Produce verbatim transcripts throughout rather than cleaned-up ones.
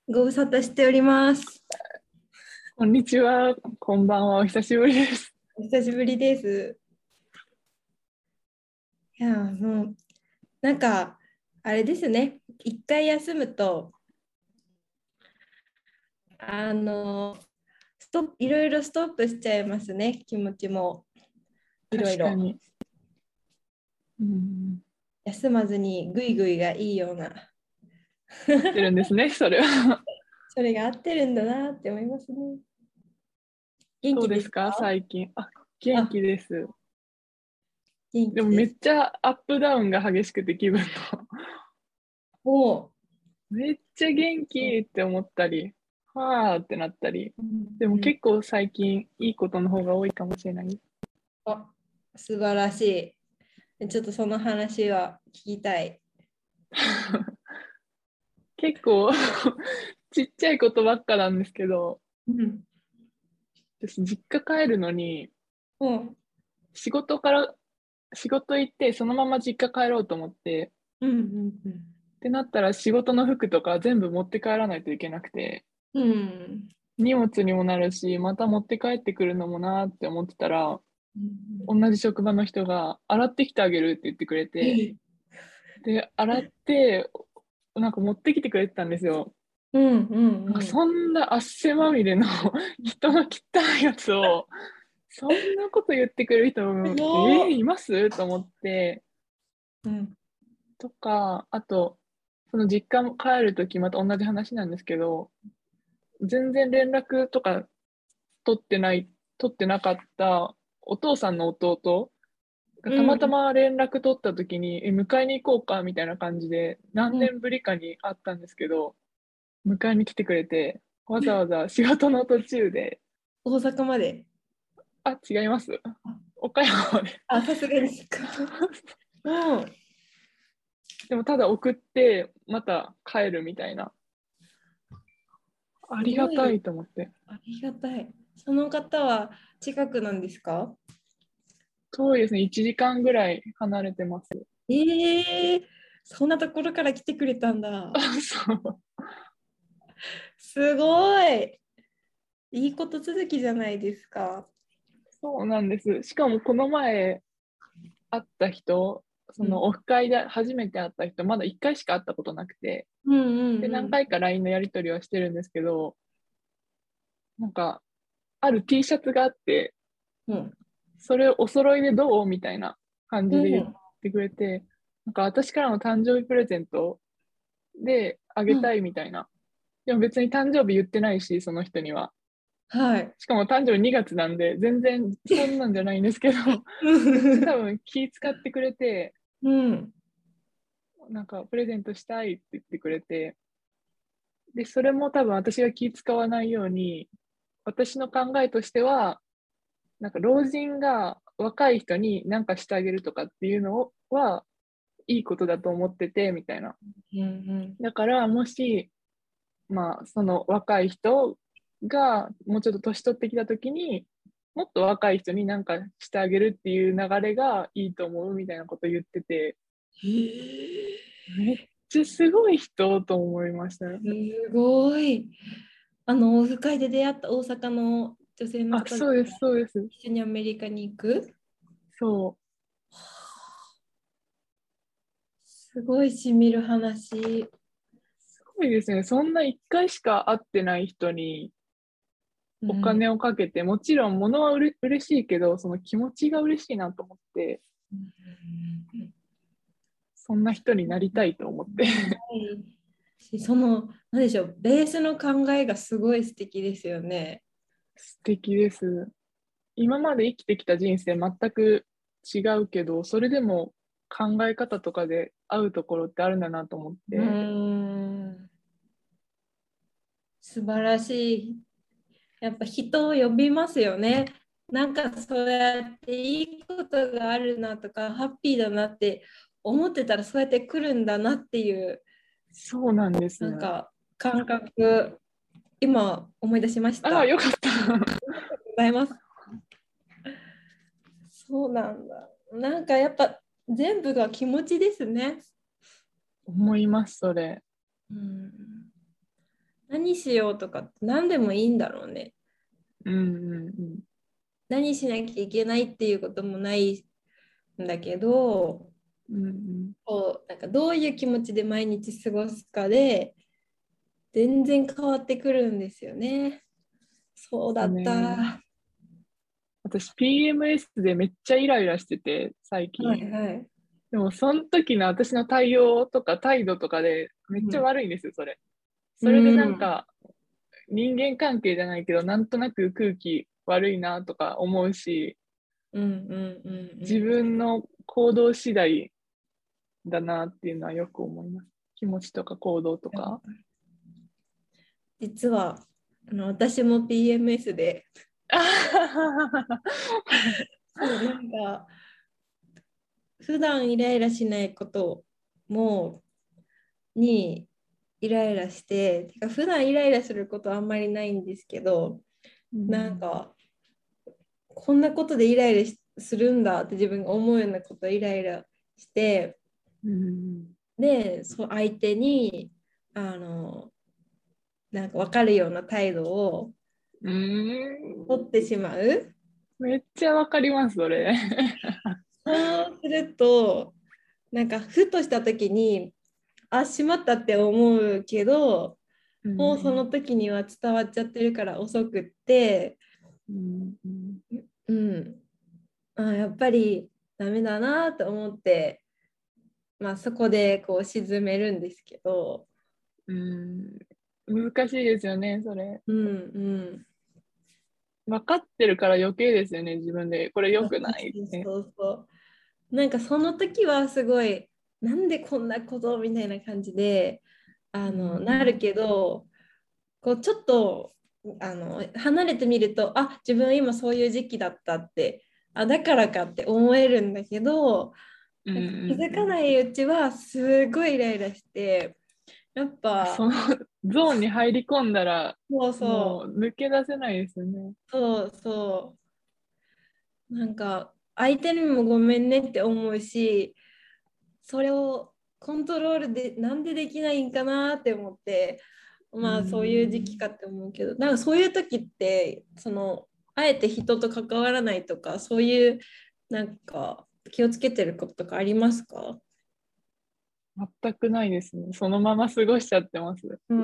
ご無沙汰しております。 こんにちは、こんばんは、お久しぶりです。 お久しぶりです。いや、もう、なんか、あれですね。一回休むと、あの、ストップ、いろいろストップしちゃいますね。気持ちも、いろいろ。 確かに。うん、 休まずにぐいぐいがいいような。 合ってるんですね、それは。 それが合ってるんだなって思いますね。元気ですどうですか、 か？ 最近。あ、元あ、 気です。でもめっ元気です。 ちゃアップダウンが激しくて気分の。 もめっちゃ元気う、 って思ったり、はーってなったり。でもうん、 結構最近いいことの方が多いかもしれない。 あ、素晴らしい。ちょっとその話は聞きたい。 結構ちっちゃいことばっかなんですけど、 うん。 私実家帰るのにうん。 仕事から仕事行ってそのまま実家帰ろうと思って、 うんうんってなったら仕事の服とか全部持って帰らないといけなくて、 うん。うん。 荷物にもなるし、また持って帰ってくるのもなーって思ってたら、 うん同じ職場の人が洗ってきてあげるって言ってくれて、 えで、洗って、なんか持ってきてくれてたんですよ。 うんうんなんかうん。 そんな汗まみれの人の汚いやつを、そんなこと言ってくれる人、 すえー、 ごい。 いますと思って、 うん。 とか、あと、その実家も帰るときまた同じ話なんですけど、全然連絡とか取ってない、取ってなかったお父さんの弟がたまたうんま連絡取った時に、え、迎えに行こうかみたいな感じで、何うん。 年ぶりかに会ったんですけど、迎えに来てくれて、わざわざ仕事の途中で、 大阪まで。 あ、違います。岡山まで。 あ、さすがにそっか。うん。 でもただ送って、また帰るみたいな。あすりがたごい。 いと思って。 ありがたい。その方は近くなんですか？ 遠いですね。いちじかんぐらい離れてます。 ええ、そんなところから来てくれたんだ。 そう。 すごい。いいこと続きじゃないですか。 そうなんです。しかもこの前会った人、そうん。 のオフ会で初めて会った人、まだいっかいしか会ったことなくて、 うんで、 うん何回か ライン のやり取りはしてるんですけど、なんか、ある T シャツがあって、 うん。 それお揃いでどうみたいな感じで言っうん。 てくれて、なんか私からの誕生日プレゼントであうん。 げたいみたいな。でも別に誕生日言ってないし、その人には。 はい。 しかも誕生日にがつなんで、全然そんなんじゃないんですけど、めっちゃ多分気使ってくれて、 うん。 なんかプレゼントしたいって言ってくれて、で、それも多分私が気使わないように、私の考えとしては、なんか老人が若い人に何かしてあげるとかっていうのはいいことだと思ってて、みたいな。 うんうんだから、もし、まあ、その若い人がもうちょっと年取ってきたときに、もっと若い人に何かしてあげるっていう流れがいいと思うみたいなこと言ってて、 へえ、 めっちゃすごい人と思いましたね。 すごい。あの、オフ会で出会った大阪の女性のあ、 方そうです、そうです。 一緒にアメリカに行く。 そう。 すごいしみる話。 すごいですね。そんないっかいしか会ってない人におうん。 金をかけて、もちろん物はうれ嬉しいけど、その気持ちが嬉しいなと思って、そんな人になりたいと思って。 しその、なんでしょう、ベースの考えがすごい素敵ですよね。 素敵です。今まで生きてきた人生全く違うけど、それでも考え方とかで合うところってあるんだなと思っうーて。 ん、素晴らしい。やっぱ人を呼びますよね。なんかそうやっていいことがあるなとか、ハッピーだなって思ってたらそうやって来るんだなっていう、 そうなんです。 なんか感覚、今思い出しましああ、 た。 よかった。 ございます。そうなんだ。なんかやっぱ全部が気持ちですね。 思います、それ。 うん、 何しようとか何でもいいんだろうね。 うんうん何しなきゃいけないっていうこともないんだけど、 うんうんこうなんかどういう気持ちで毎日過ごすかで全然変わってくるんですよね。そうだっうん。ね、 た。 私 ピーエムエス でめっちゃイライラしてて、最近。 はいはい。 でも、その時の私の対応とか態度とかでめっちゃうん。 悪いんですよ、それ。 うそれでなんん。 か、人間関係じゃないけど、なんとなく空気悪いなとか思うし、 うんうんうんう自ん。 分の行動次第だなっていうのはよく思います。気持ちとか行動とか。 実はあの私も ピーエムエス で、そうなんか普段イライラしないこともにイライラして、てか普段イライラすることはあんまりないんですけど、なんうんかこんなことでイライラするんだって自分が思うようなことイライラして、 うんで、そう相手にあのなんか分かるような態度をうん。 取ってしまう。 めっちゃわかります、それ。 そうすると、なんかふとした時に、あ、しまったって思うけど、 うもうそのん時には伝わっちゃってるから遅くって、 うんうんうん、あ、やっぱりダメだなと思って、まあ、そこでこう沈めるんですけど、 うん。難しいですよね、それ。 うんうん。 分かってるから余計ですよね、自分で。これ良あ、 くないって。 そうそう。なんかその時はすごい、なんでこんなことみたいな感じであうのなるんけど、こうちょっとあの離れてみると、あ、自分今そういう時期だったって、あ、だからかって思えるんだけど、 うんなんか気づかうんないうちはすごいイライラして、やっうん。そぱ、 のゾーンに入り込んだら、 そうそもう抜け出せないですよね。 う、そうそう、なんか相手にもごめんねって思うし、それをコントロールでなんでできないんかなって思って、 うまあそういう時期ん。 かって思うけど、なんかそういう時ってそのあえて人と関わらないとか、そういうなんか気をつけてることとかありますか？ 全くないですね。そのまま過ごしちゃってます。 うん。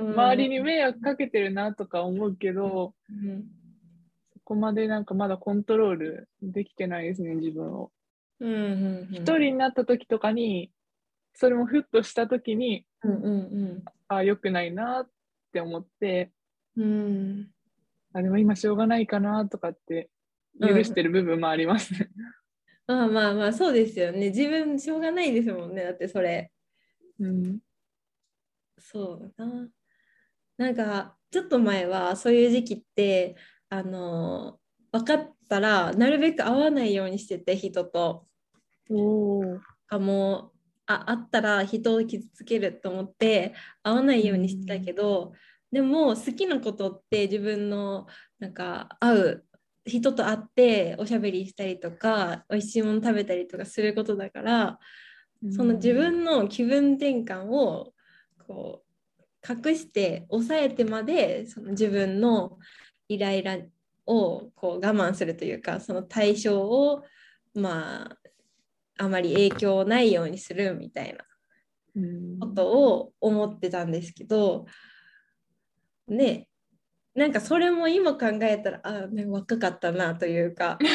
周りに迷惑かけてるなとか思うけど、 うんそこまでなんかまだコントロールできてないですね、自分を。 うんうん一人になった時とかに、それもふっとした時に、 うんうんああ、良くないなって思って、 うんあ、でも今しょうがないかなとかってうん。 許してる部分もあります。 まあまあまあ、そうですよね。自分しょうがないですもんね。だってそれ。 うん。 そうだな。なんかちょっと前はそういう時期ってあの分かったらなるべく会わないようにしてて、人と。 おー。 あ、もうあ会ったら人を傷つけると思って会わないうようにしてたん。 けど、でも好きなことって自分のなんか会う人と会っておしゃべりしたりとか美味しいもの食べたりとかすることだから、 うその自ん。 分の気分転換をこう隠して抑えてまでその自分のイライラをこう我慢するというか、その対象をまああまり影響ないようにするみたいなうことん。 を思ってたんですけど、ね、なんかそれも今考えたら、あ、ね、若かったなというか、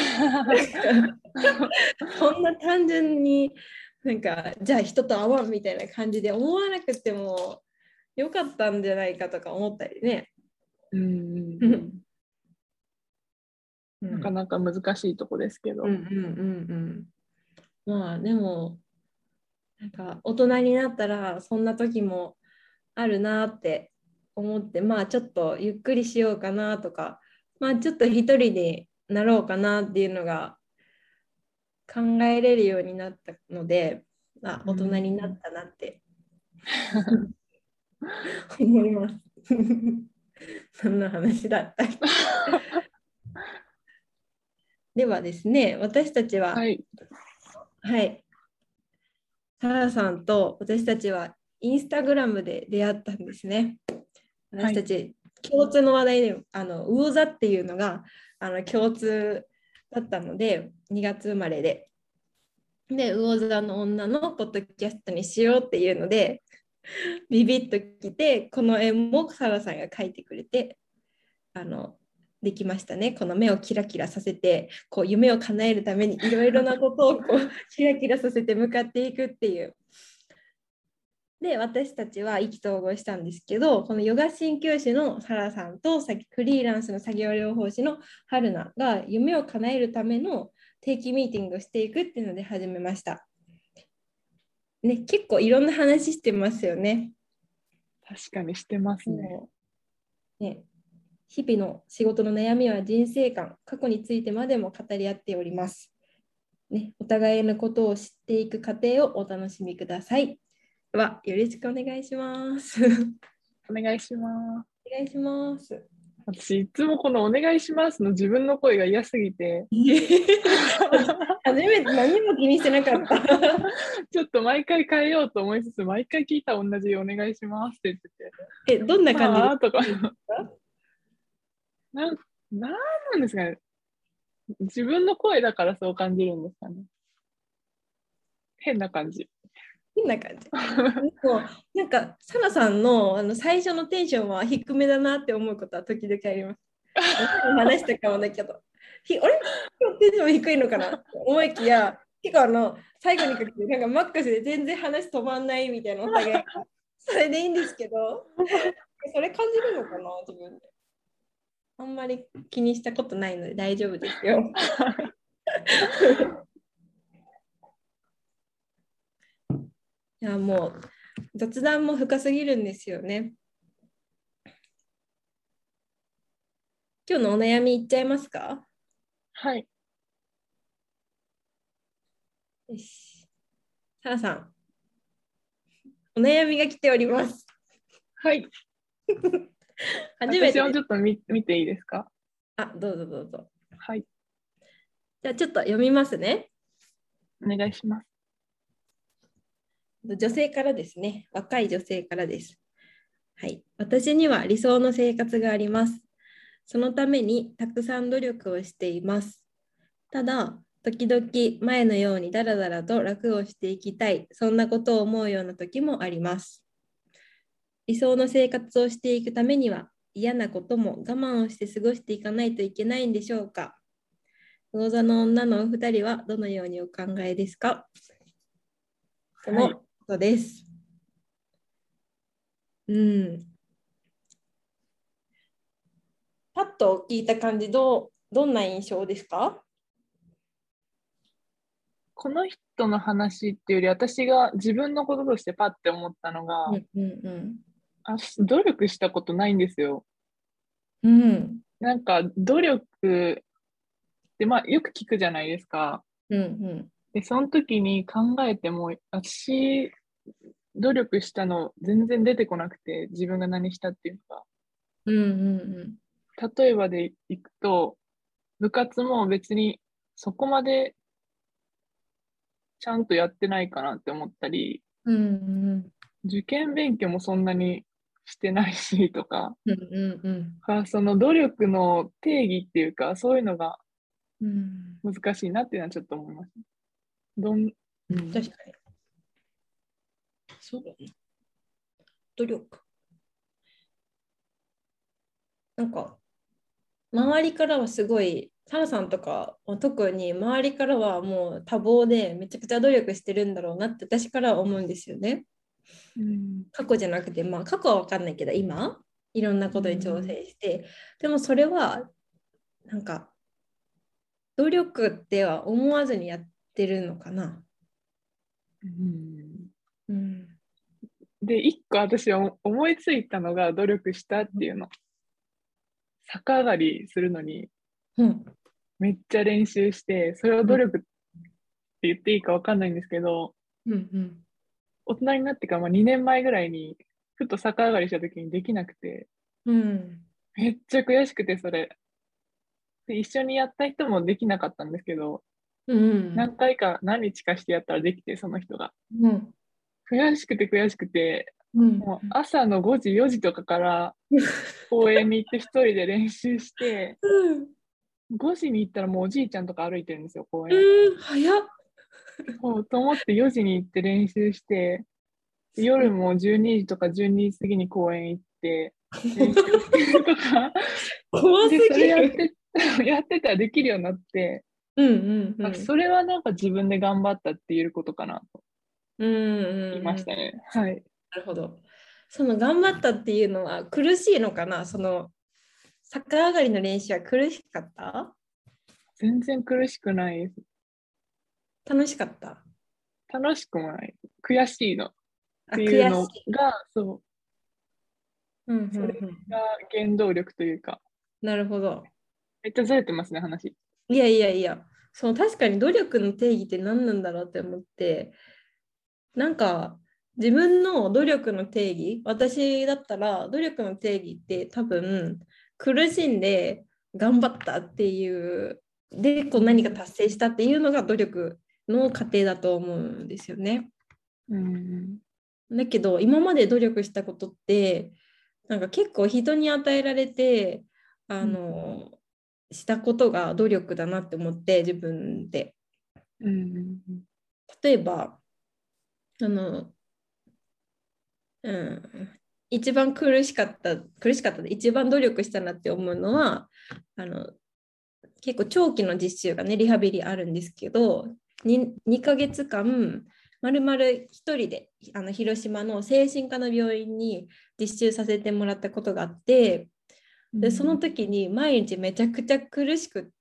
そんな単純になんかじゃあ人と会わんみたいな感じで思わなくてもよかったんじゃないかとか思ったりね。 うん。 うん。 うんなかなか難しいとこですけど。 うんうんうんうん。まあでも、なんか大人になったらそんな時もあるなって思って、まあちょっとゆっくりしようかなとか、まあちょっと一人になろうかなっていうのが考えれるようになったので、あ、 う大人になっん。 たなって思います。そんな話だった。ではですね、私たちは、 はい。 はい、サラさんと私たちはインスタグラムで出会ったんですね。 私たち共通の話題で、あの魚座っていうのがあの共通だったので、にがつ生まれで。で、魚座の女のポッドキャストにしようっていうので、ビビッときて、この絵もサラさんが描いてくれて、あの、できましたね。この目をキラキラさせて、こう夢を叶えるためにいろいろなことをこうキラキラさせて向かっていくっていう。で、私たちは意気投合したんですけど、このヨガ鍼灸師のサラさんとフリーランスの作業療法士の春菜が夢を叶えるための定期ミーティングをしていくっていうので始めました。ね、結構いろんな話してますよね。 確かにしてますね。 ね、日々の仕事の悩みは人生観、過去についてまでも語り合っております。ね、お互いのことを知っていく過程をお楽しみください。では、よろしくお願いします。 お願いします。 お願いします。 私、いつもこのお願いしますの自分の声が嫌すぎて。 初めて何も気にしてなかった。 ちょっと毎回変えようと思いつつ、毎回聞いたら同じお願いしますって言ってて。え、どんな感じですかとかなん。なんなんですかね。自分の声だからそう感じるんですかね。変な感じ。 変な感じ。もうなんか、サナさんの、あの最初のテンションは低めだなって思うことは時々あります。話したかもだけど、ひあれ今日テンション低いのかなって思いきや、結構あの最後にかけてなんかマックスで全然話止まんないみたいなお互い、それでいいんですけど、それ感じるのかな自分で。あんまり気にしたことないので大丈夫ですよ。いやもう雑談も深すぎるんですよね。今日のお悩みいっちゃいますか？ はい。 よし。サラさん、お悩みが来ております。 はい。 初めて私もちょっと見見ていいですか？ あ、どうぞどうぞ。 はい。 じゃあちょっと読みますね。 お願いします。 女性からですね。若い女性からです。はい。私には理想の生活があります。そのためにたくさん努力をしています。ただ、時々前のようにだらだらと楽をしていきたい、そんなことを思うような時もあります。理想の生活をしていくためには嫌なことも我慢をして過ごしていかないといけないんでしょうか。魚座の女のお二人はどのようにお考えですか？とのことです。はい、うん。パッと聞いた感じどう、どんな印象ですか？ この人の話っていうより、私が自分のこととしてパッて思ったのが、 うんうんうん。 あ、努力したことないんですよ。 うん。 なんか努力ってまあよく聞くじゃないですか。 うんうん。 で、その時に考えても、私、努力したの全然出てこなくて、自分が何したっていうのが。 うんうんうん。 例えばでいくと、部活も別にそこまでちゃんとやってないかなって思ったり、 うんうん受験勉強もそんなにしてないしとか、 うんうんうんかその努力の定義っていうか、そういうのがうん。 難しいなっていうのはちょっと思います。どん、うん、 確かに。そうだね。努力。なんか、周りからはすごい、サラさんとか、特に周りからはもう多忙でめちゃくちゃ努力してるんだろうなって私からは思うんですよね。 うん、 過去じゃなくて、まあ過去は分かんないけど、今、いろんなうことに挑ん、 戦して、でもそれは、なんか、努力っては思わずにやってるのかな。 うん。 うん。 で、一個私は思いついたのが努力したっていうの。逆上がりするのにうん。 めっちゃ練習して、それを努力って言っていいかわかんないんですけど、 うんうん。 大人になってからまあにねんまえぐらいに、ふと逆上がりした時にできなくて、 うん。 めっちゃ悔しくて、それ。で、一緒にやった人もできなかったんですけど、 うん。 何回か何日かしてやったらできて、その人が。 うん。 悔しくて悔しくて、 うん。 もう朝のごじ、よじとかから公園に行って一人で練習して、 うん。 ごじに行ったらもうおじいちゃんとか歩いてるんですよ、公園。 うん、早っ。 そうと思ってよじに行って練習して、 うん。 夜もじゅうにじとかじゅうにじ過ぎに公園行って練習してるとか、 怖すで、それぎる。 やって、やってたらできるようになって、 うんうんうあ、 ん。 それはなんか自分で頑張ったって言えることかなとうん言いうんうん。 ましたね。はい。 なるほど。その頑張ったっていうのは苦しいのかな、その逆上がりの練習は苦しかった？ 全然苦しくないです。 楽しかった？ 楽しくもない。悔しいのっあ、 ていうの悔しい。 が、そう、 うんうんそれうん。 が原動力というか、 なるほど。 めっちゃずれてますね、話。 いやいやいや、その確かに努力の定義って何なんだろうって思って、なんか自分の努力の定義、私だったら努力の定義って多分苦しんで頑張ったっていう、でこう何か達成したっていうのが努力の過程だと思うんですよね。 うん。 だけど今まで努力したことってなんか結構人に与えられてあうん。 のしたことが努力だなって思って自分で。 うん。 例えばあのうん、一番苦しかった、苦しかったで、一番努力したなって思うのは、あの結構長期の実習がね、リハビリあるんですけど、ににかげつかん、まるまる一人であの広島の精神科の病院に実習させてもらったことがあって、でそのうん。 時に毎日めちゃくちゃ苦しくって、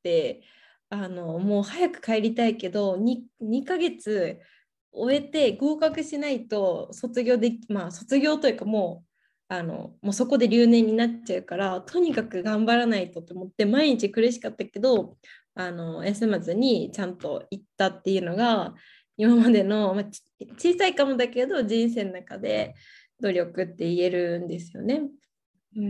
あのもう早く帰りたいけど 2, にかげつ終えて合格しないと卒業でまあ卒業というかもうあのもうそこで留年になっちゃうからとにかく頑張らないとと思って毎日苦しかったけどあの休まずにちゃんと行ったっていうのが今までの、まあ、ち小さいかもだけど人生の中で努力って言えるんですよね。 うん。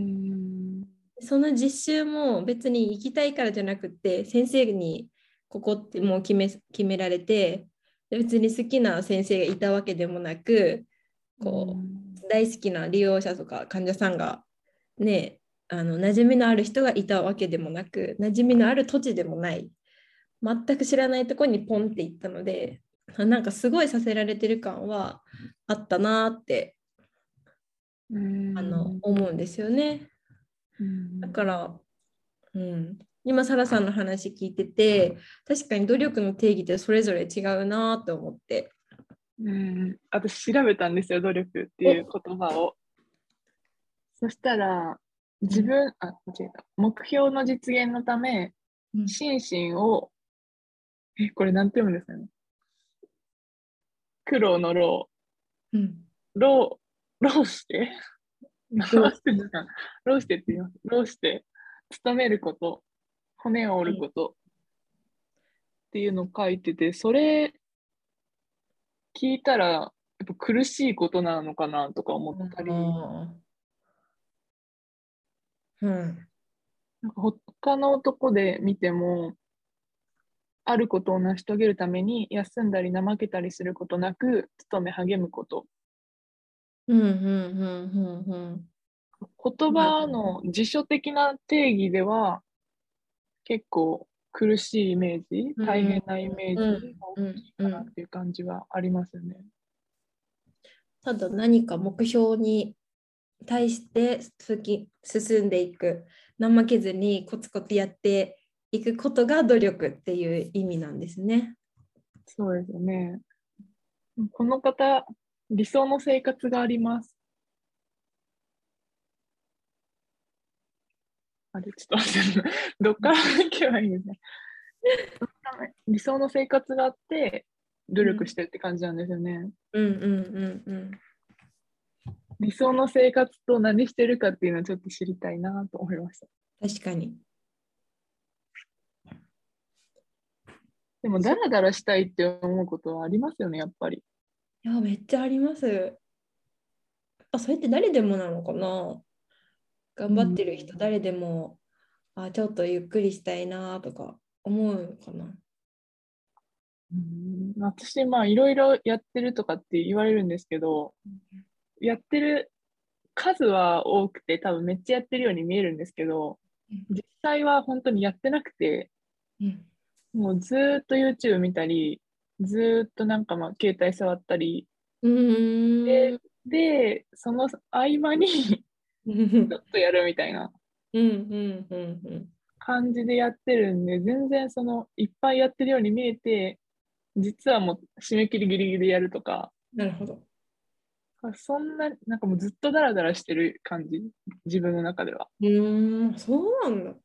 その実習も別に行きたいからじゃなくて先生にここってもう決め、決められて別に好きな先生がいたわけでもなくうこん。 う大好きな利用者とか患者さんがねあの馴染みのある人がいたわけでもなく馴染みのある土地でもない全く知らないところにポンって行ったのでなんかすごいさせられてる感はあったなってうあのん。 思うんですよね。 うだん。 からうん、今、サラさんの話聞いてて、確かに努力の定義ってそれぞれ違うなと思って。 うん。私調べたんですよ、努力っていうお、 言葉を。そしたら、 うん、 自分、あ、間違えた。目標の実現のため、 うん、 心身を、え、これなんて読むんですかね。苦労の労、 うん。 労、労して、 どうし合ってんですか。労してって言います。労して、勤めること、骨を折るて、 ことっていうのを書いてて、それ聞いたら、やっぱ苦しいことなのかなとか思ったり、 あー、うん、 なんか他のとこで見ても、あることを成し遂げるために休んだり怠けたりすることなく、努め励むこと。 うん、うん、うん、うん。 言葉の辞書的な定義では、結構苦しいイメージ、 うん、 大変なイメーうん、 ジが大うん、 きいかなっうん。 ていう感じはありますよね。 ただ何か目標に対して進き進んでいく、怠けずにコツコツやっていくことが努力っていう意味なんですね。 そうですよね。この方、理想の生活があります。あれ、ちょっと待って、どっから行けばいいんですね。理想の生活があって、努うん、 力してるって感じなんですよね。 うん、うん、うん、うん。 理想の生活と何してるかっていうのをちょっと知りたいなと思いました。 確かに。 でも、ダそラダラしたいって思うことはありますよね、やっぱり。 いや、めっちゃあります。やっぱそれって誰でもなのかな。頑張っうん。 てる人、誰でも、あ、ちょっとゆっくりしたいなとか思うのかな。 うん、私、まあ、いろいろやってるとかって言われるんですけど、 やってる数は多くて、多分めっちゃやってるように見えるんですけど、実際は本当にやってなくて、 うん。 もうずーっと YouTube 見たり、ずーっとなんかまあ携帯触ったり、 うーで、 ん。 で、その合間にちうん。 ょっとやるみたいなうん。うん。うん。 感じでやってるんで、全然そのいっぱいやってるように見えて、実はもう締め切りギリギリでやるとか、 なるほど。 そんな、なんかもうずっとダラダラしてる感じ、自分の中では。 うーん、そうなんだ。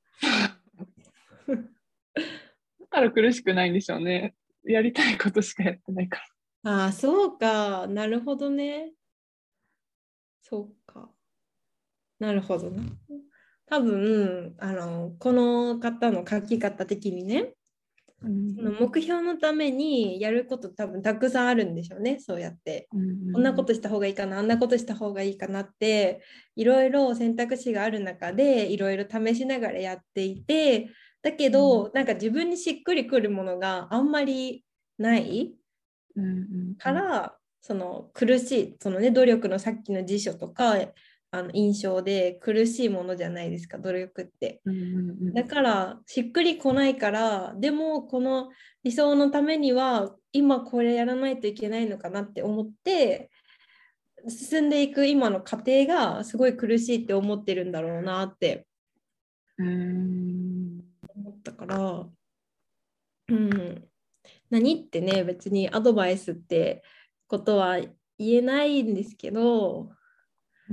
だから苦しくないんでしょうね。やりたいことしかやってないから。 ああ、そうか。なるほどね。そうか。なるほどね。多分、あの、この方の書き方的にね、 うん、 その目標のためにやること多分たくさんあるんでしょうね、そうやって。 うん、うこんなこん、 とした方がいいかな、あんなことした方がいいかなって、いろいろ選択肢がある中で、いろいろ試しながらやっていて、だけうん、 ど、なんか自分にしっくりくるものがあんまりないうん、うん、 から、その苦しい、そのね、努力のさっきの辞書とか、あの印象で苦しいものじゃないですか、努力って。 うん、うん、 だからしっくりこないから、でもこの理想のためには今これやらないといけないのかなって思って進んでいく今の過程がすごい苦しいって思ってるんだろうなってうん、 思ったから、うん、何ってね別にアドバイスってことは言えないんですけど、 うん、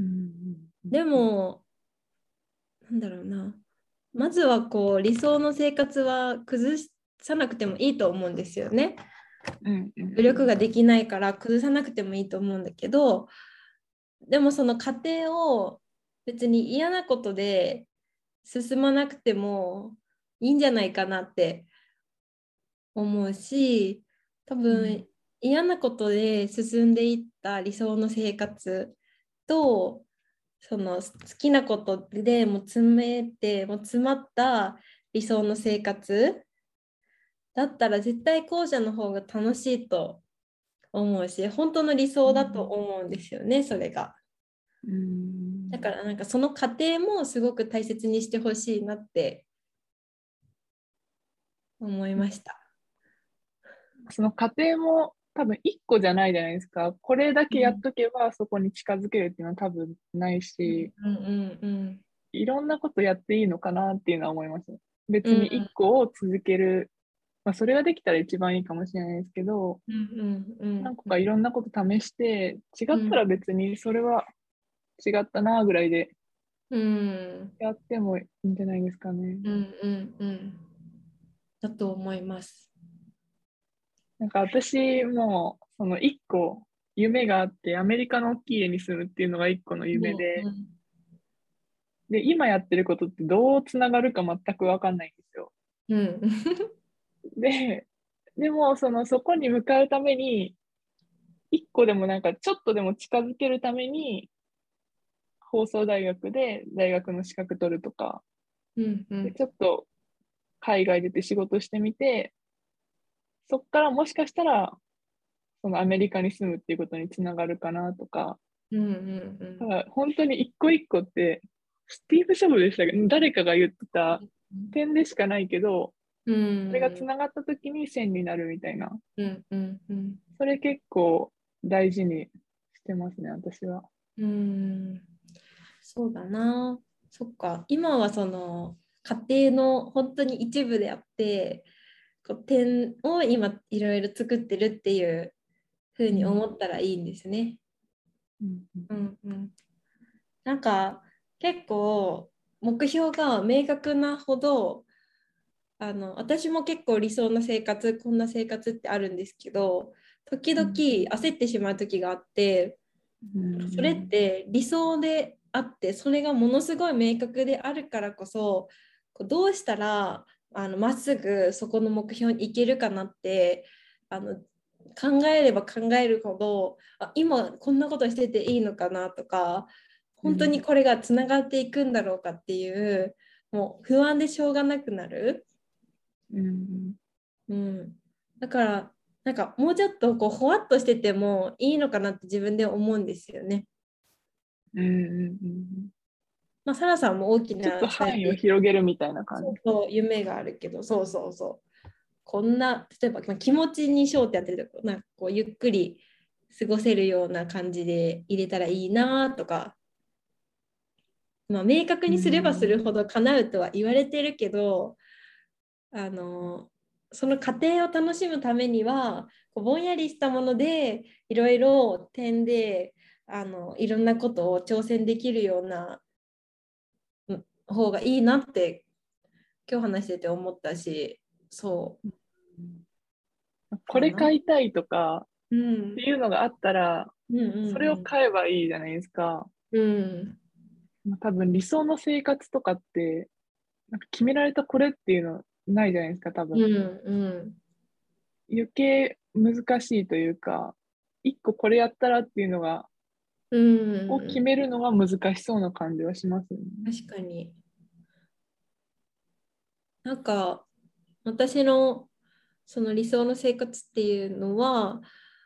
でもなんだろうな、まずはこう理想の生活は崩さなくてもいいと思うんですよね。 うん、うん、 努力ができないから崩さなくてもいいと思うんだけど、でもその過程を別に嫌なことで進まなくてもいいんじゃないかなって思うし、多うん、 分嫌なことで進んでいった理想の生活と、その好きなことでもう詰めてもう詰まった理想の生活だったら絶対後者の方が楽しいと思うし、本当の理想だと思うんですよね、それが。 うん。 だからなんかその過程もすごく大切にしてほしいなって思いました。 その過程も多分一個じゃないじゃないですか。これだけやっうんとけばそこに近づけるっていうのは多分ないし、 うんうんいろんなことやっていいのかなっていうのは思います。別に一うん個を続ける。まあ、それができたら一番いいかもしれないですけど、 うんうん何個かいろんなこと試して、違っうんたら別にそれは違ったなぐらいでうんやってもいいんじゃないですかね。 うんうんうんだと思います。 なんか私もその一個夢があってアメリカの大きい家に住むっていうのが一個のうん夢で、 うんで、今やってることってどうつながるか全くわかんないんですよ。 うんで、でもそのそこに向かうために一個でもなんかちょっとでも近づけるために放送大学で大学の資格取るとか、で、 うんうんちょっと海外出て仕事してみて、そっからもしかしたらそのアメリカに住むっていうことにつながるかなとか、 うんうんうんだから本当に一個一個って、スティーブ・ジョブズでしたけど、誰かが言ってた点でしかないけど、 うそれがつんながった時に線になるみたいな。 うんうんうんそれ結構大事にしてますね、私は。 うんそうだな。そっか。今はその家庭の本当に一部であって、こう点を今いろいろ作ってるっていうふうにうん。 思ったらいいんですね。 うん。うん。 うんうん。なんか結構目標が明確なほど、あの私も結構理想な生活、こんな生活ってあるんですけど、時々焦ってしまう時があって、 うそれっん。 て理想であって、それがものすごい明確であるからこそ、こうどうしたらあのまっすぐそこの目標に行けるかなって、あの考えれば考えるほど、あ今こんなことしてていいのかなとか、本当にこれがつながっていくんだろうかっていう、もう不安でしょうがなくなる。 うん。 うん、だからなんかもうちょっとこうほわっとしててもいいのかなって自分で思うんですよね。 うんうんうん。 まあ、サラさんも大きちょっとなそうやっ範囲をて広げるみたいな感じ。 そうそう夢があるけど、そうそうそう。こんな、例えばまあ気持ちにしようってやってると、なんかこうゆっくり過ごせるような感じで入れたらいいなとか、まあ、明確うにすればすんるほど叶うとは言われてるけど、あのその過程を楽しむためにはこうぼんやりしたものでいろいろ点であのいろんなことを挑戦できるようなうん方がいいなって今日話してて思ったし、そこれうかな。 買いたいとかうってん。 いうのがあったら、 うんうそれをん買えばいいじゃないですか。 うん。うん。 まあ多分理想の生活とかって、なんか決められたこれっていうのないじゃないですか、多分。 うんうん。 余計難しいというか、一個これやったらっていうのが、 うを決ん。 めるのは難しそうな感じはしますよね。 確かに。なんか私のその理想の生活っていうのは、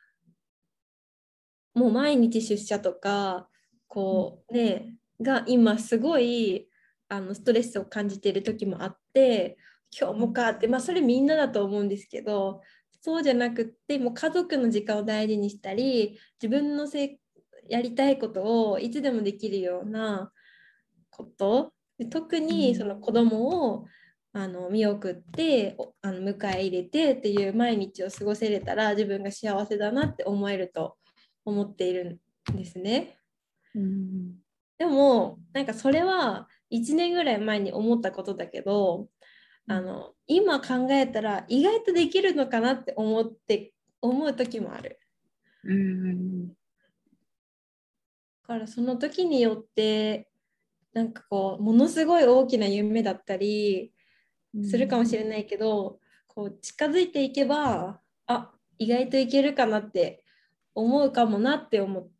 もう毎日出社とか、 うんこうね、が今すごいあのストレスを感じている時もあって、今日もかって、まあそれみんなだと思うんですけど、そうじゃなくって、もう家族の時間を大事にしたり、自分のせやりたいことをいつでもできるようなこと、で特うにその子ん供をあの見送っておあの迎え入れてっていう毎日を過ごせれたら自分が幸せだなって思えると思っているんですね。 うんでもなんかそれはいちねんぐらい前に思ったことだけど、 うんあの今考えたら意外とできるのかなって思って思う時もある。 うんだからその時によってなんかこうものすごい大きな夢だったりうするかもしんれないけど、こう近づいていけば、あ、意外といけるかなって思うかもなって思って、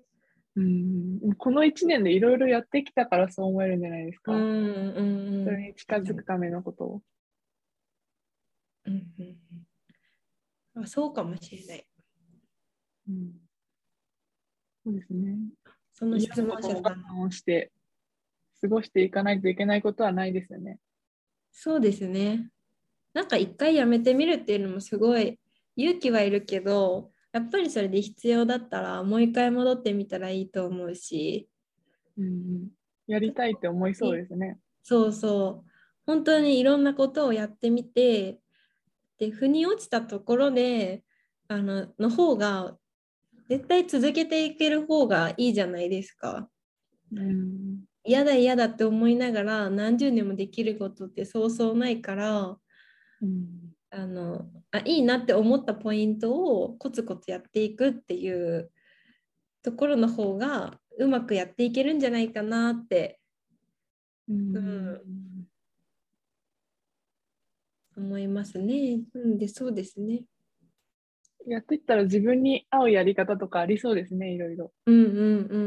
うんこの一年でいろいろやってきたからそう思えるんじゃないですうんか。 うんうん、 それに近づくためのことを。 うんうん、あ、そうかもしれない。 うんそうですね。 その質嫌な問者さん。 ことも我慢をして過ごしていかないといけないことはないですよね。 そうですね。なんか一回やめてみるっていうのもすごい勇気はいるけど、やっぱりそれで必要だったらもう一回戻ってみたらいいと思うし、 うん、やりたいって思いそうですね。 そうそう。本当にいろんなことをやってみて、で、腑に落ちたところで、あの、の方が、絶対続けていける方がいいじゃないですか。 うん、 嫌だ嫌だって思いながら何十年もできることってそうそうないから、 うん、 あの、あ、いいなって思ったポイントをコツコツやっていくっていうところの方がうまくやっていけるんじゃないかなって、 ううん、 ん、 思いますね。うんで、そうですね。 やっていったら自分に合うやり方とかありそうですね、いろいろ。 うんうんうん。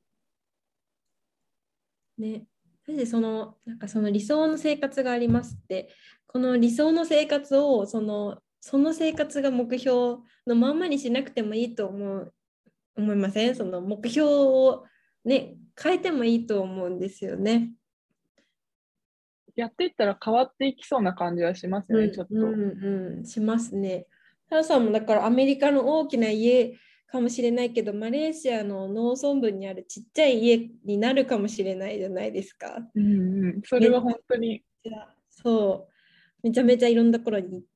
ね。それでその、なんかその理想の生活がありますって、この理想の生活を、その、その生活が目標のまんまにしなくてもいいと思う、思いません？その目標をね、変えてもいいと思うんですよね。 やっていったら変わっていきそうな感じはしますよね、ちょうんっと。 うんうん、しますね。タラさんもだからアメリカの大きな家かもしれないけど、マレーシアの農村部にあるちっちゃい家になるかもしれないじゃないですか。 うんうん、それはめっ本当に、 ちゃ、そう、めちゃめちゃいろんなところに行って、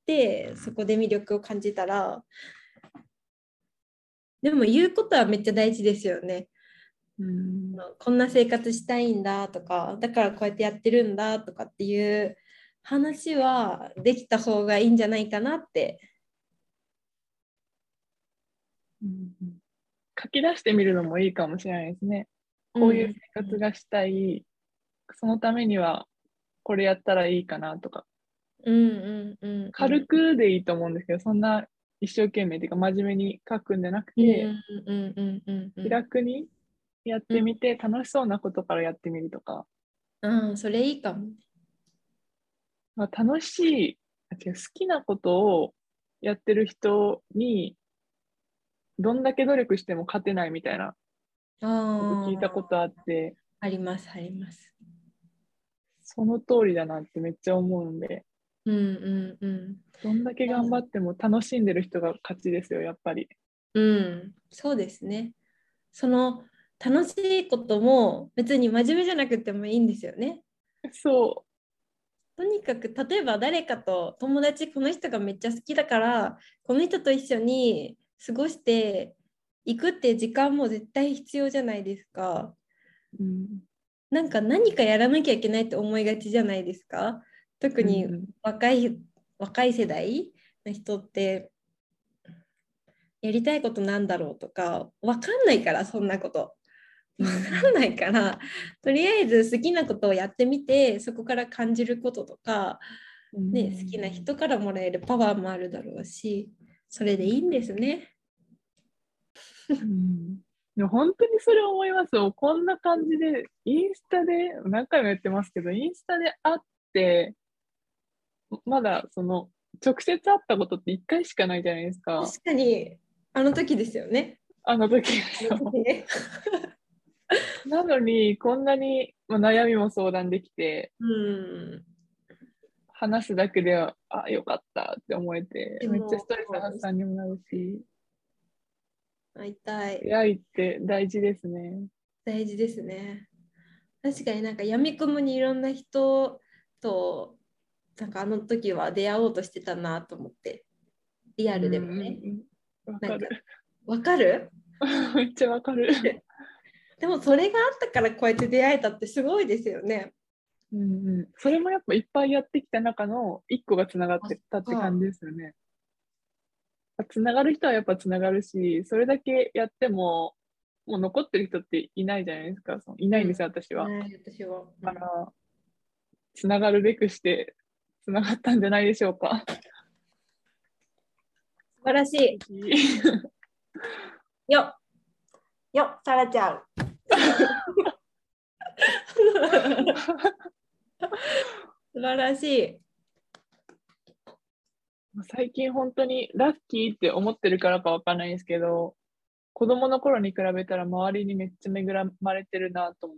そこで魅力を感じたら、でも言うことはめっちゃ大事ですよね。 うん、 こんな生活したいんだとか、だからこうやってやってるんだとかっていう話はできた方がいいんじゃないかなって。 うん、書き出してみるのもいいかもしれないですね。こういううんうん生活がしたい、そのためにはこれやったらいいかなとか、 うんうんうんうん軽くでいいと思うんですけど、そんな一生懸命っていうか真面目に書くんじゃなくうんて、 うんうんうんうん気楽にやってみて、楽しそうなことからやってみるとか、 うん、それいいかも。 まあ、楽しい、あ違う好きなことをやってる人に、どんだけ努力しても勝てないみたいなあ聞いたことあって、 あ、あります、あります。 その通りだなってめっちゃ思うんで、 うんうんうん。 どんだけ頑張っても楽しんでる人が勝ちですよ、やっぱり。 うん、そうですね。その楽しいことも別に真面目じゃなくてもいいんですよね。 そとにかく例えば誰かと友達この人がめっちゃ好きだからこの人と一緒に過ごしていくっていう時間も絶対必要じゃないですか。 う。うん。 なんか何かやらなきゃいけないって思いがちじゃないですか。特にうん。 若い若い世代の人ってやりたいことなんだろうとかわかんないからそんなこと。わかうん。 んないから、とりあえず好きなことをやってみて、そこから感じることとか、 うね、好きん。 な人からもらえるパワーもあるだろうし、それでいいんですね。 うん。でも本当にそれ思いますよ。こんな感じで、インスタで、何回も言ってますけど、インスタで会って、まだその、直接会ったことって一回しかないじゃないですか。 確かに、あの時ですよね。 あの時であのすよ。 時ね。 なのに、こんなに、まあ、悩みも相談できて、 うん。 話すだけでは、あ、よかったって思えて、 でめっちゃスも、 トレス発散にもなるし、 会いたい。 出会いって大事ですね。 大事ですね。確かになんか闇雲にいろんな人と、なんかあの時は出会おうとしてたなと思って、リアルでうんうもね。 んうん。わなんか、 かる。 わかるめっちゃわかる。 でもそれがあったからこうやって出会えたってすごいですよね。 うんうん。それもやっぱいっぱいやってきた中の一個がつながっあ、 てたって感そじですよね。つながる人はやっぱつながるし、それだけやっても、もう残ってる人っていないじゃないですか。そのいなう。うん。 いんですよ、私は。 ね、私は。うん。 だから、つながるべくして、つながったんじゃないでしょうか。 素晴らしい。よよ、さらちゃん。素晴らしい。 最近本当にラッキーって思ってるからかわかんないんですけど、子供の頃に比べたら周りにめっちゃ恵まれてるなと思って、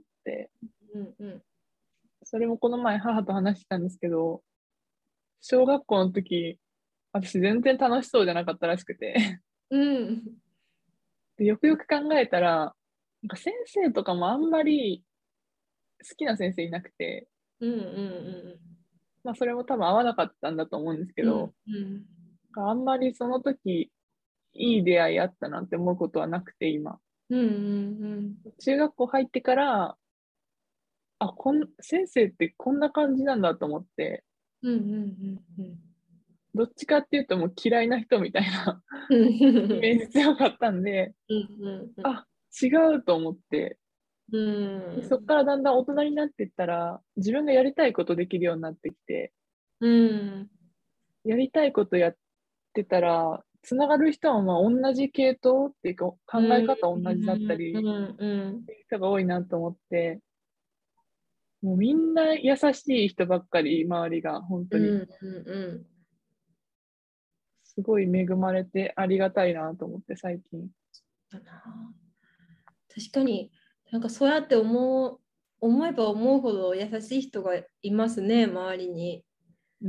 うんうん。 それもこの前母と話してたんですけど、小学校の時、私全然楽しそうじゃなかったらしくてうん。 で、よくよく考えたら、なんか先生とかもあんまり好きな先生いなくて、 うんうんまあそれも多分合わなかったんだと思うんですけうん。 ど、 うんうんあんまりその時いい出会いあったなって思うことはなくて今。 うんうん中学校入ってから、あ、こん、先生ってこんな感じなんだと思って、 うんうんうんどっちかっていうともう嫌いな人みたいなうんうイメんージ強かったんで、 うんあ、違うと思って、 うでそっんからだんだん大人になっていったら、自分がやりたいことできるようになってきて、 うんやりたいことやってたら、つながる人はまあ同じ系統っていうか考えうん方同じだったうり、 んうん人が多いなと思って、もうみんな優しい人ばっかり、周りが本当に。 うんうんすごい恵まれてありがたいなと思って最近。 だな。確かになんかそうやって思う思えば思うほど優しい人がいますね、周りに。 うん。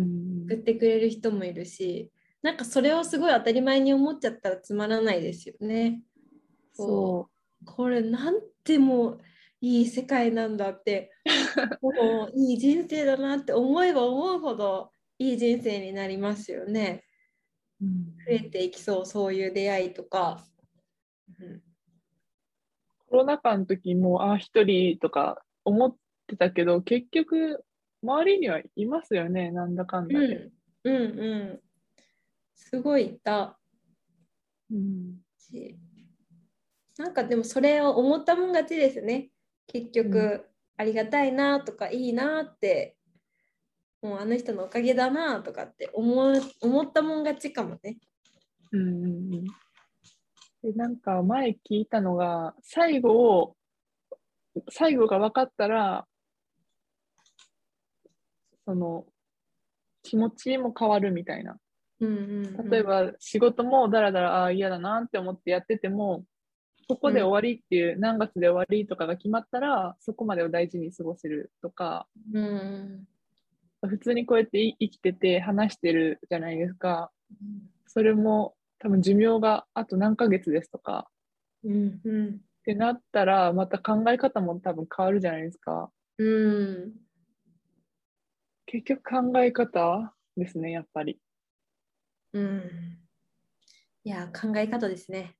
送ってくれる人もいるし、なんかそれをすごい当たり前に思っちゃったらつまらないですよね。こそう、これなんてもいい世界なんだって、もういい人生だなって思えば思うほどいい人生になりますよね。 う。うん、 増えていきそう、そういう出会いとか。うん、 コロナ禍の時も、あ、一人とか思ってたけど、結局、周りにはいますよね、なんだかんだで。 うん、うん、うん。すごいいたうん。 し、なんかでもそれを思ったもん勝ちですね。結うん。 局、ありがたいなとかいいなって、もうあの人のおかげだなとかって思う思ったもん勝ちかもね。 うん。うん。で、なんか前聞いたのが、最後を、最後が分かったら、その、気持ちも変わるみたいな。 うんうん例えば、仕事もだらだら、ああ、嫌だなって思ってやってても、 ここで終わりっていう、うん、何月で終わりとかが決まったらそこまでを大事に過ごせるとか、 うん、 普通にこうやって生きてて話してるじゃないですか。それも多分寿命があと何ヶ月ですとか、 うんうん、 ってなったらまた考え方も多分変わるじゃないですか。 うん、 結局考え方ですね、やっぱり。 うん。いや、考え方ですね。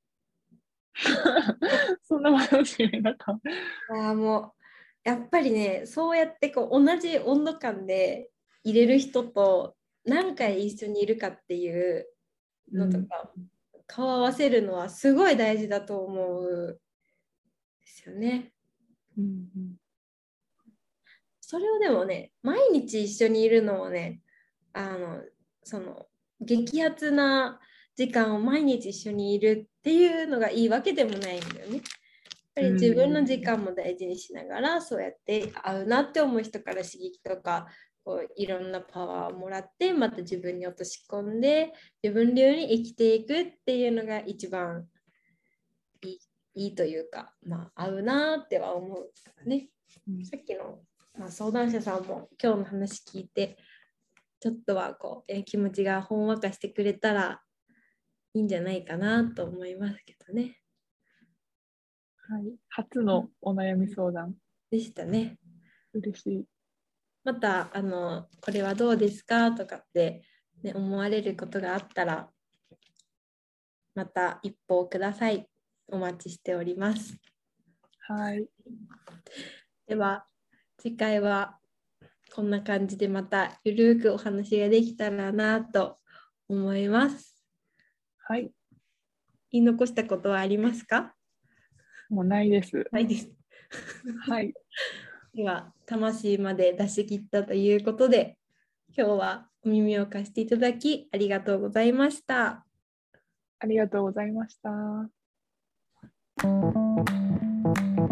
そんな話になんか。 いや、もう、やっぱりね、そうやってこう同じ温度感で入れる人と何回一緒にいるかっていうのとか、うん、顔合わせるのはすごい大事だと思うですよね。 うんうん、 それをでもね、毎日一緒にいるのもね、あの、その、激アツな時間を毎日一緒にいるっていうのがいいわけでもないんだよね。やっぱり自分の時間も大事にしながら、そうやって合うなって思う人から刺激とか、こういろんなパワーをもらって、また自分に落とし込んで、自分流に生きていくっていうのが一番いい、いいというか、まあ、合うなっては思うからね。うん、さっきの、まあ、相談者さんも今日の話聞いて、ちょっとはこう、え気持ちがほんわかしてくれたらいいんじゃないかなと思いますけどね。 はい、初のお悩み相談でしたね。 嬉しい。 またあのこれはどうですかとかって、ね、思われることがあったらまた一報ください。お待ちしております。 はい。 では次回はこんな感じでまたゆるくお話ができたらなと思います。 はい。 言い残したことはありますか？ もうないです。 ないです。 はい。 では魂まで出し切ったということで、今日はお耳を貸していただきありがとうございました。 ありがとうございました。